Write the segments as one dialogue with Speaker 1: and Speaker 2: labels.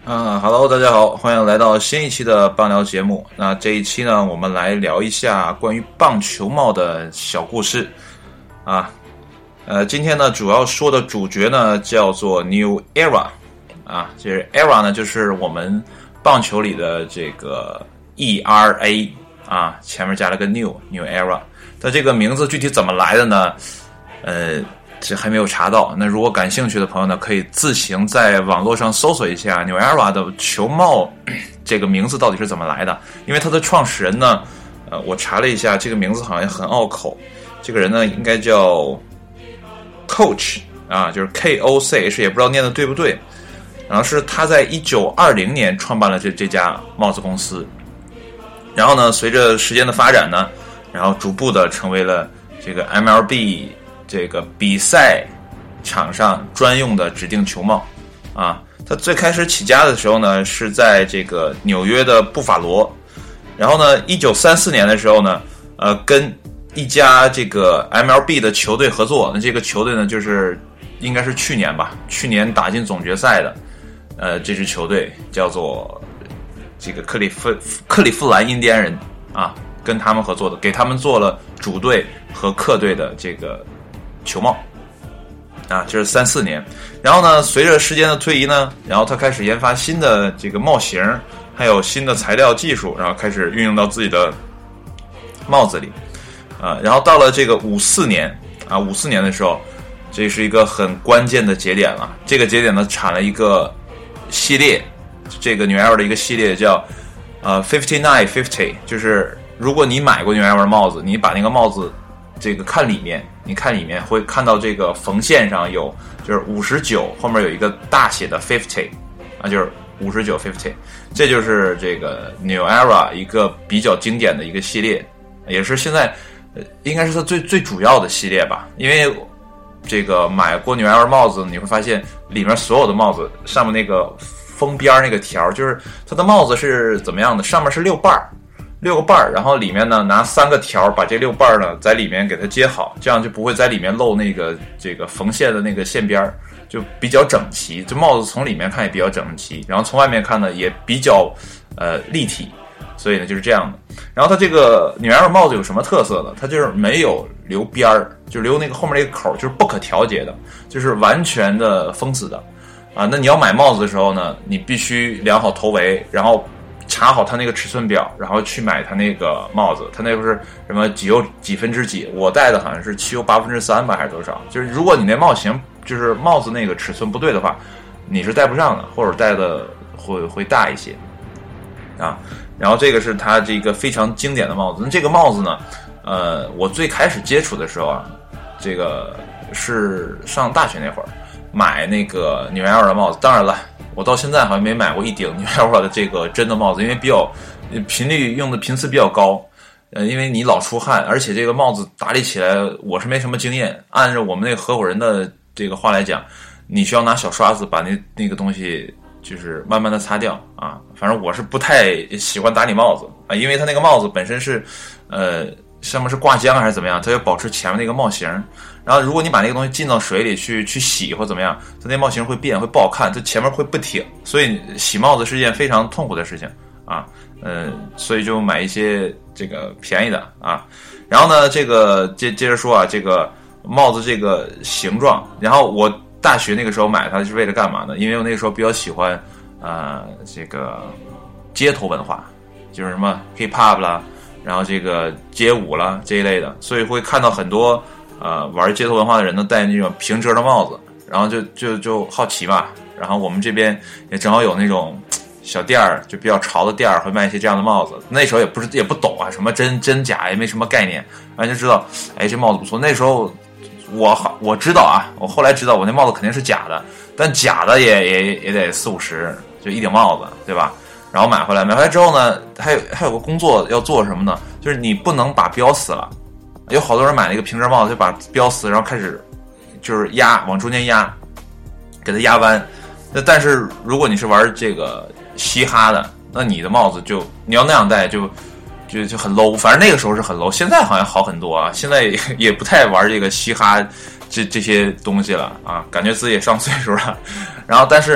Speaker 1: Hello， 大家好，欢迎来到新一期的棒聊节目。那这一期呢，我们来聊一下关于棒球帽的小故事啊。今天呢，主要说的主角呢叫做 New Era 啊，这是 Era 呢，就是我们棒球里的这个 ERA 啊，前面加了个 New Era。它这个名字具体怎么来的呢？这还没有查到。那如果感兴趣的朋友呢，可以自行在网络上搜索一下 New Era 的球帽这个名字到底是怎么来的。因为它的创始人呢，我查了一下，这个名字好像很拗口。这个人呢，应该叫 Coach 啊，就是 KOCH， 也不知道念的对不对。然后是他在1920年创办了这家帽子公司。然后呢，随着时间的发展呢，然后逐步的成为了这个 MLB 这个比赛场上专用的指定球帽啊。他最开始起家的时候呢，是在这个纽约的布法罗。然后呢，1934年的时候呢，跟一家这个 MLB 的球队合作。那这个球队呢，就是应该是去年打进总决赛的，这支球队叫做这个克里夫兰印第安人啊，跟他们合作的，给他们做了主队和客队的这个球帽啊，这是34年。然后呢，随着时间的推移呢，然后他开始研发新的这个帽型，还有新的材料技术，然后开始运用到自己的帽子里啊。然后到了这个54年的时候，这是一个很关键的节点了。这个节点呢，产了一个系列，这个 New Era 的一个系列叫5950，就是如果你买过 New Era 的帽子，你把那个帽子这个你看里面会看到这个缝线上有就是59，后面有一个大写的50啊，就是5950，这就是这个 New Era 一个比较经典的一个系列，也是现在应该是它最主要的系列吧。因为这个买过 New Era 帽子，你会发现里面所有的帽子上面那个封边那个条，就是它的帽子是怎么样的，上面是6个瓣儿，然后里面呢拿3个条把这6瓣呢在里面给它接好，这样就不会在里面露那个这个缝线的那个线边，就比较整齐。这帽子从里面看也比较整齐，然后从外面看呢也比较立体，所以呢就是这样的。然后它这个 New Era 帽子有什么特色呢？它就是没有留边儿，就留那个后面那个口，就是不可调节的，就是完全的封死的啊。那你要买帽子的时候呢，你必须量好头围，然后查好它那个尺寸表，然后去买它那个帽子。它那不是什么几又几分之几，我戴的好像是7又3/8吧，还是多少？就是如果你那帽型就是帽子那个尺寸不对的话，你是戴不上的，或者戴的会大一些啊。然后这个是它这个非常经典的帽子。那这个帽子呢，我最开始接触的时候啊，这个是上大学那会儿买那个 New Era 的帽子。当然了，我到现在好像没买过一顶 New Era 的这个真的帽子，因为比较用的频次比较高，因为你老出汗，而且这个帽子打理起来我是没什么经验。按照我们那个合伙人的这个话来讲，你需要拿小刷子把那个东西就是慢慢的擦掉啊。反正我是不太喜欢打理帽子啊，因为它那个帽子本身是上面是挂浆还是怎么样，它要保持前面那个帽型。然后如果你把那个东西浸到水里去洗或怎么样，它那帽型会变，会不好看，它前面会不挺，所以洗帽子是一件非常痛苦的事情啊。所以就买一些这个便宜的啊。然后呢，这个接着说啊，这个帽子这个形状，然后我大学那个时候买它是为了干嘛呢？因为我那个时候比较喜欢这个街头文化，就是什么 hip hop 啦，然后这个街舞啦这一类的，所以会看到很多玩街头文化的人呢戴那种平遮的帽子，然后就好奇嘛。然后我们这边也正好有那种小店儿，就比较潮的店儿会卖一些这样的帽子。那时候也不懂啊，什么真假也没什么概念，然后就知道哎这帽子不错。那时候我知道啊，我后来知道我那帽子肯定是假的，但假的也得40-50，就一顶帽子，对吧？然后买回来之后呢，还有个工作要做什么呢？就是你不能把标撕了。有好多人买那个平遮帽子就把标撕，然后开始就是往中间压，给它压弯。但是如果你是玩这个嘻哈的，那你的帽子你要那样戴就很 low。反正那个时候是很 low， 现在好像好很多啊，现在也不太玩这个嘻哈这些东西了啊，感觉自己也上岁数了。然后但是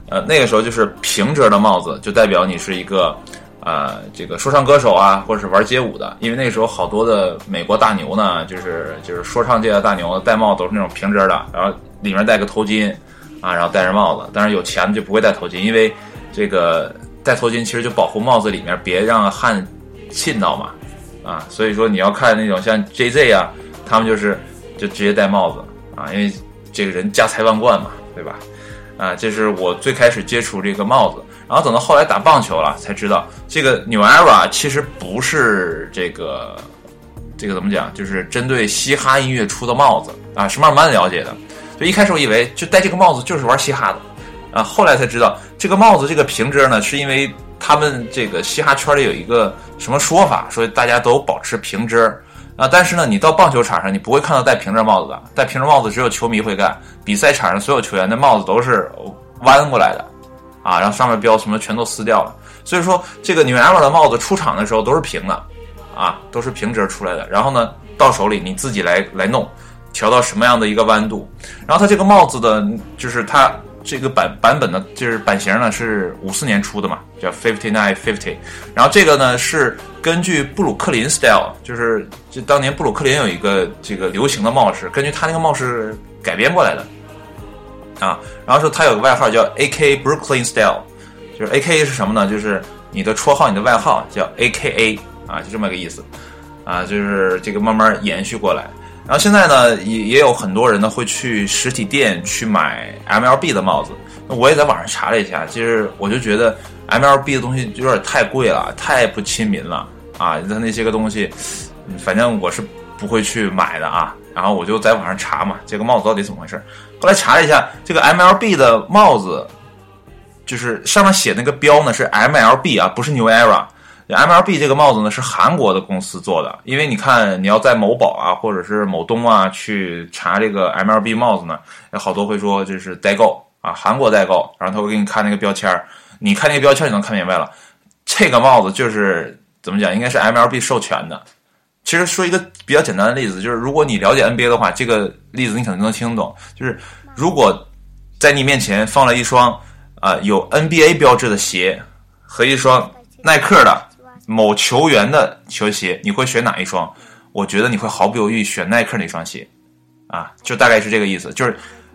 Speaker 1: 那个时候就是平折的帽子，就代表你是一个这个说唱歌手啊，或者是玩街舞的。因为那个时候好多的美国大牛呢，就是说唱界的大牛戴帽子都是那种平折的，然后里面戴个头巾啊，然后戴着帽子。当然有钱的就不会戴头巾，因为这个戴头巾其实就保护帽子里面别让汗沁到嘛，啊，所以说你要看那种像 JZ 啊，他们就直接戴帽子啊，因为这个人家财万贯嘛，对吧？啊，这是我最开始接触这个帽子，然后等到后来打棒球了，才知道这个 New Era 其实不是这个怎么讲，就是针对嘻哈音乐出的帽子啊，是慢慢了解的。就一开始我以为就戴这个帽子就是玩嘻哈的啊，后来才知道这个帽子这个平折呢，是因为他们这个嘻哈圈里有一个什么说法，说大家都保持平折。啊，但是呢，你到棒球场上，你不会看到戴平折帽子的，戴平折帽子只有球迷会干。比赛场上所有球员的帽子都是弯过来的，啊，然后上面标什么全都撕掉了。所以说，这个 New Era 的帽子出场的时候都是平的，啊，都是平折出来的。然后呢，到手里你自己来弄，调到什么样的一个弯度。然后它这个帽子的，就是它这个版本呢，就是版型呢是54年出的嘛，叫 5950。然后这个呢是根据布鲁克林 style， 就是当年布鲁克林有一个这个流行的帽式，根据他那个帽式改编过来的啊。然后说他有个外号叫 AK Brooklyn style， 就是 AKA 是什么呢？就是你的绰号、你的外号叫 AKA 啊，就这么个意思啊，就是这个慢慢延续过来。然后现在呢，也有很多人呢会去实体店去买 MLB 的帽子。我也在网上查了一下，其实我就觉得 MLB 的东西有点太贵了，太不亲民了啊！它那些个东西，反正我是不会去买的啊。然后我就在网上查嘛，这个帽子到底怎么回事？后来查了一下，这个 MLB 的帽子，就是上面写那个标呢是 MLB 啊，不是 New Era。MLB 这个帽子呢是韩国的公司做的，因为你看你要在某宝啊或者是某东啊去查这个 MLB 帽子呢，好多会说这是代购啊，韩国代购，然后他会给你看那个标签，你看那个标签你能看明白了，这个帽子就是怎么讲，应该是 MLB 授权的。其实说一个比较简单的例子，就是如果你了解 NBA 的话，这个例子你可能能听懂，就是如果在你面前放了一双有 NBA 标志的鞋和一双耐克的某球员的球鞋，你会选哪一双？我觉得你会毫不犹豫选耐克那双鞋啊，就大概是这个意思。就是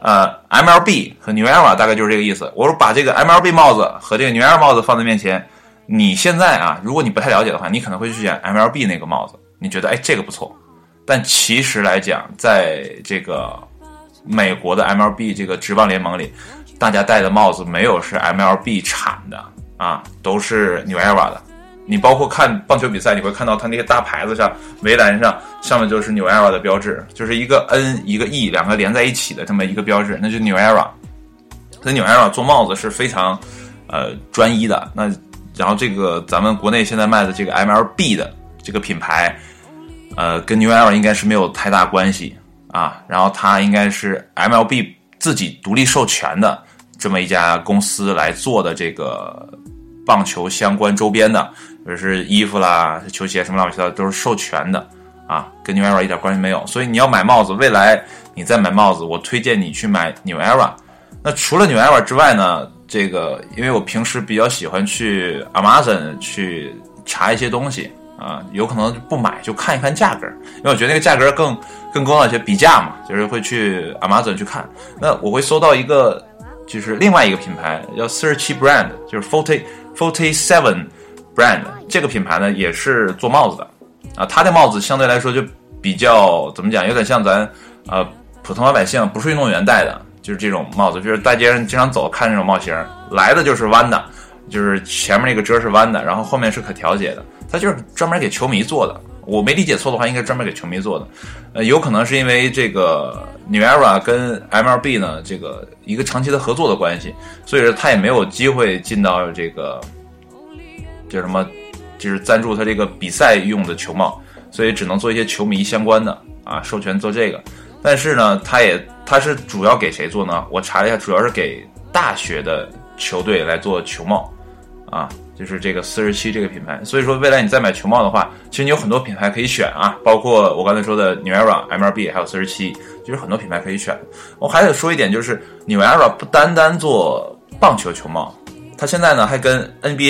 Speaker 1: MLB 和 New Era 大概就是这个意思。我把这个 MLB 帽子和这个 New Era 帽子放在面前，你现在啊，如果你不太了解的话，你可能会去选 MLB 那个帽子，你觉得这个不错。但其实来讲，在这个美国的 MLB 这个职棒联盟里，大家戴的帽子没有是 MLB 产的啊，都是 New Era 的。你包括看棒球比赛，你会看到它那些大牌子上、围栏上面就是 New Era 的标志，就是一个 N 一个 E 两个连在一起的这么一个标志，那就是 New Era。所以 New Era 做帽子是非常专一的。那然后这个咱们国内现在卖的这个 MLB 的这个品牌，跟 New Era 应该是没有太大关系啊。然后它应该是 MLB 自己独立授权的这么一家公司来做的这个棒球相关周边的，就是衣服啦、球鞋什么乱七八糟都是授权的啊，跟 New Era 一点关系没有。所以你要买帽子，未来你再买帽子，我推荐你去买 New Era。那除了 New Era 之外呢，这个因为我平时比较喜欢去 Amazon 去查一些东西啊，有可能不买就看一看价格，因为我觉得那个价格更公道一些，比价嘛，就是会去 Amazon 去看。那我会搜到一个就是另外一个品牌叫47 brand， 就是47 brand， 这个品牌呢也是做帽子的啊，它的帽子相对来说就比较怎么讲，有点像咱普通老百姓不是运动员戴的，就是这种帽子，就是大街上经常走看这种帽型，来的就是弯的，就是前面那个遮是弯的，然后后面是可调节的，它就是专门给球迷做的。我没理解错的话，应该专门给球迷做的。有可能是因为这个 New Era 跟 MLB 呢这个一个长期的合作的关系，所以说他也没有机会进到这个就是什么，就是赞助他这个比赛用的球帽，所以只能做一些球迷相关的啊，授权做这个。但是呢，他是主要给谁做呢？我查了一下，主要是给大学的球队来做球帽啊。就是这个47这个品牌，所以说未来你再买球帽的话，其实你有很多品牌可以选啊，包括我刚才说的 New Era、MLB 还有47，就是很多品牌可以选。我还得说一点，就是 New Era 不单单做棒球球帽，他现在呢还跟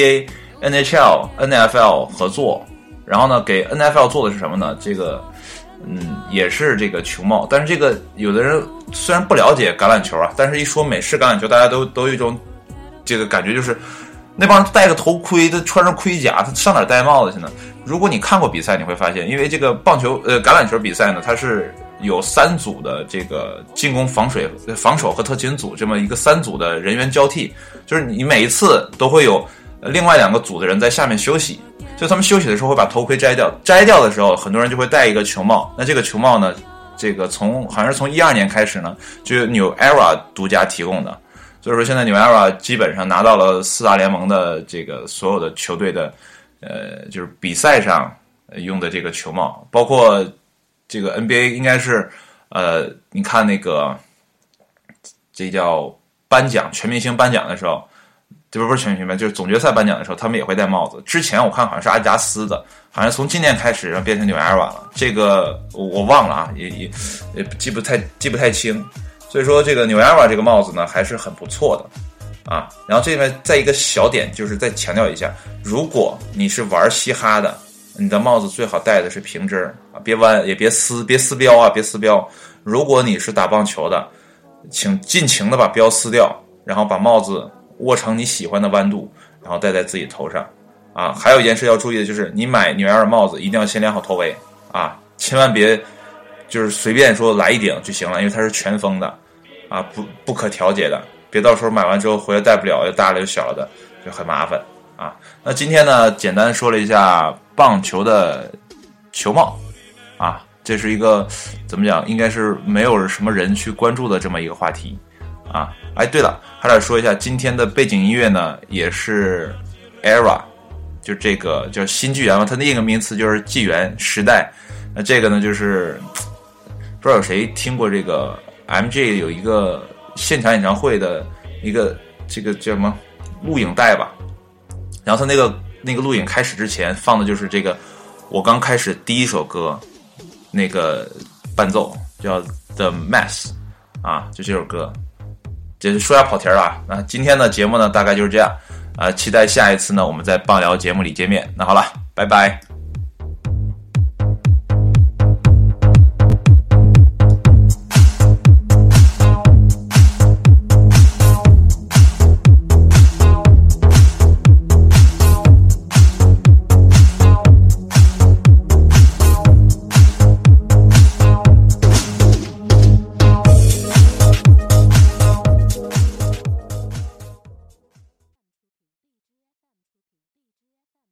Speaker 1: NBA、NHL、NFL 合作，然后呢给 NFL 做的是什么呢？这个也是这个球帽，但是这个有的人虽然不了解橄榄球啊，但是一说美式橄榄球，大家都有一种这个感觉，就是那帮人戴个头盔，他穿着盔甲，他上哪戴帽子去呢？如果你看过比赛，你会发现，因为这个橄榄球比赛呢，它是有3组的这个进攻、防守和特勤组这么一个3组的人员交替，就是你每一次都会有另外2个组的人在下面休息，就他们休息的时候会把头盔摘掉，摘掉的时候很多人就会戴一个球帽。那这个球帽呢，这个好像是从12年开始呢，就 New Era 独家提供的，所以说现在 New Era 基本上拿到了4大联盟的这个所有的球队的就是比赛上用的这个球帽，包括这个 NBA 应该是你看那个这叫颁奖全明星颁奖的时候，这不是全明星颁，就是总决赛颁奖的时候，他们也会戴帽子。之前我看好像是阿迪达斯的，好像从今年开始然后变成 New Era 了，这个我忘了啊，也记不太清。所以说这个 New Era 这个帽子呢还是很不错的啊。然后这边再一个小点，就是再强调一下，如果你是玩嘻哈的，你的帽子最好戴的是平针啊，别弯，也别撕标啊，别撕标。如果你是打棒球的，请尽情的把标撕掉，然后把帽子握成你喜欢的弯度，然后戴在自己头上啊。还有一件事要注意的就是，你买New Era帽子一定要先量好头围啊，千万别就是随便说来一顶就行了，因为它是全封的啊，不可调节的，别到时候买完之后回来戴不了，又大了又小了的，就很麻烦啊。那今天呢，简单说了一下棒球的球帽啊，这是一个怎么讲，应该是没有什么人去关注的这么一个话题啊。哎，对了，还得说一下今天的背景音乐呢，也是 Era， 就这个叫新纪元嘛，它的另一个名词就是纪元时代。那这个呢，就是不知道有谁听过这个 MJ 有一个现场演唱会的一个这个叫什么录影带吧，然后他那个录影开始之前放的就是这个我刚开始第一首歌那个伴奏叫 The Mess 啊，就这首歌。这是说下跑题了。那今天的节目呢大概就是这样期待下一次呢我们在棒聊节目里见面。那好了，拜拜。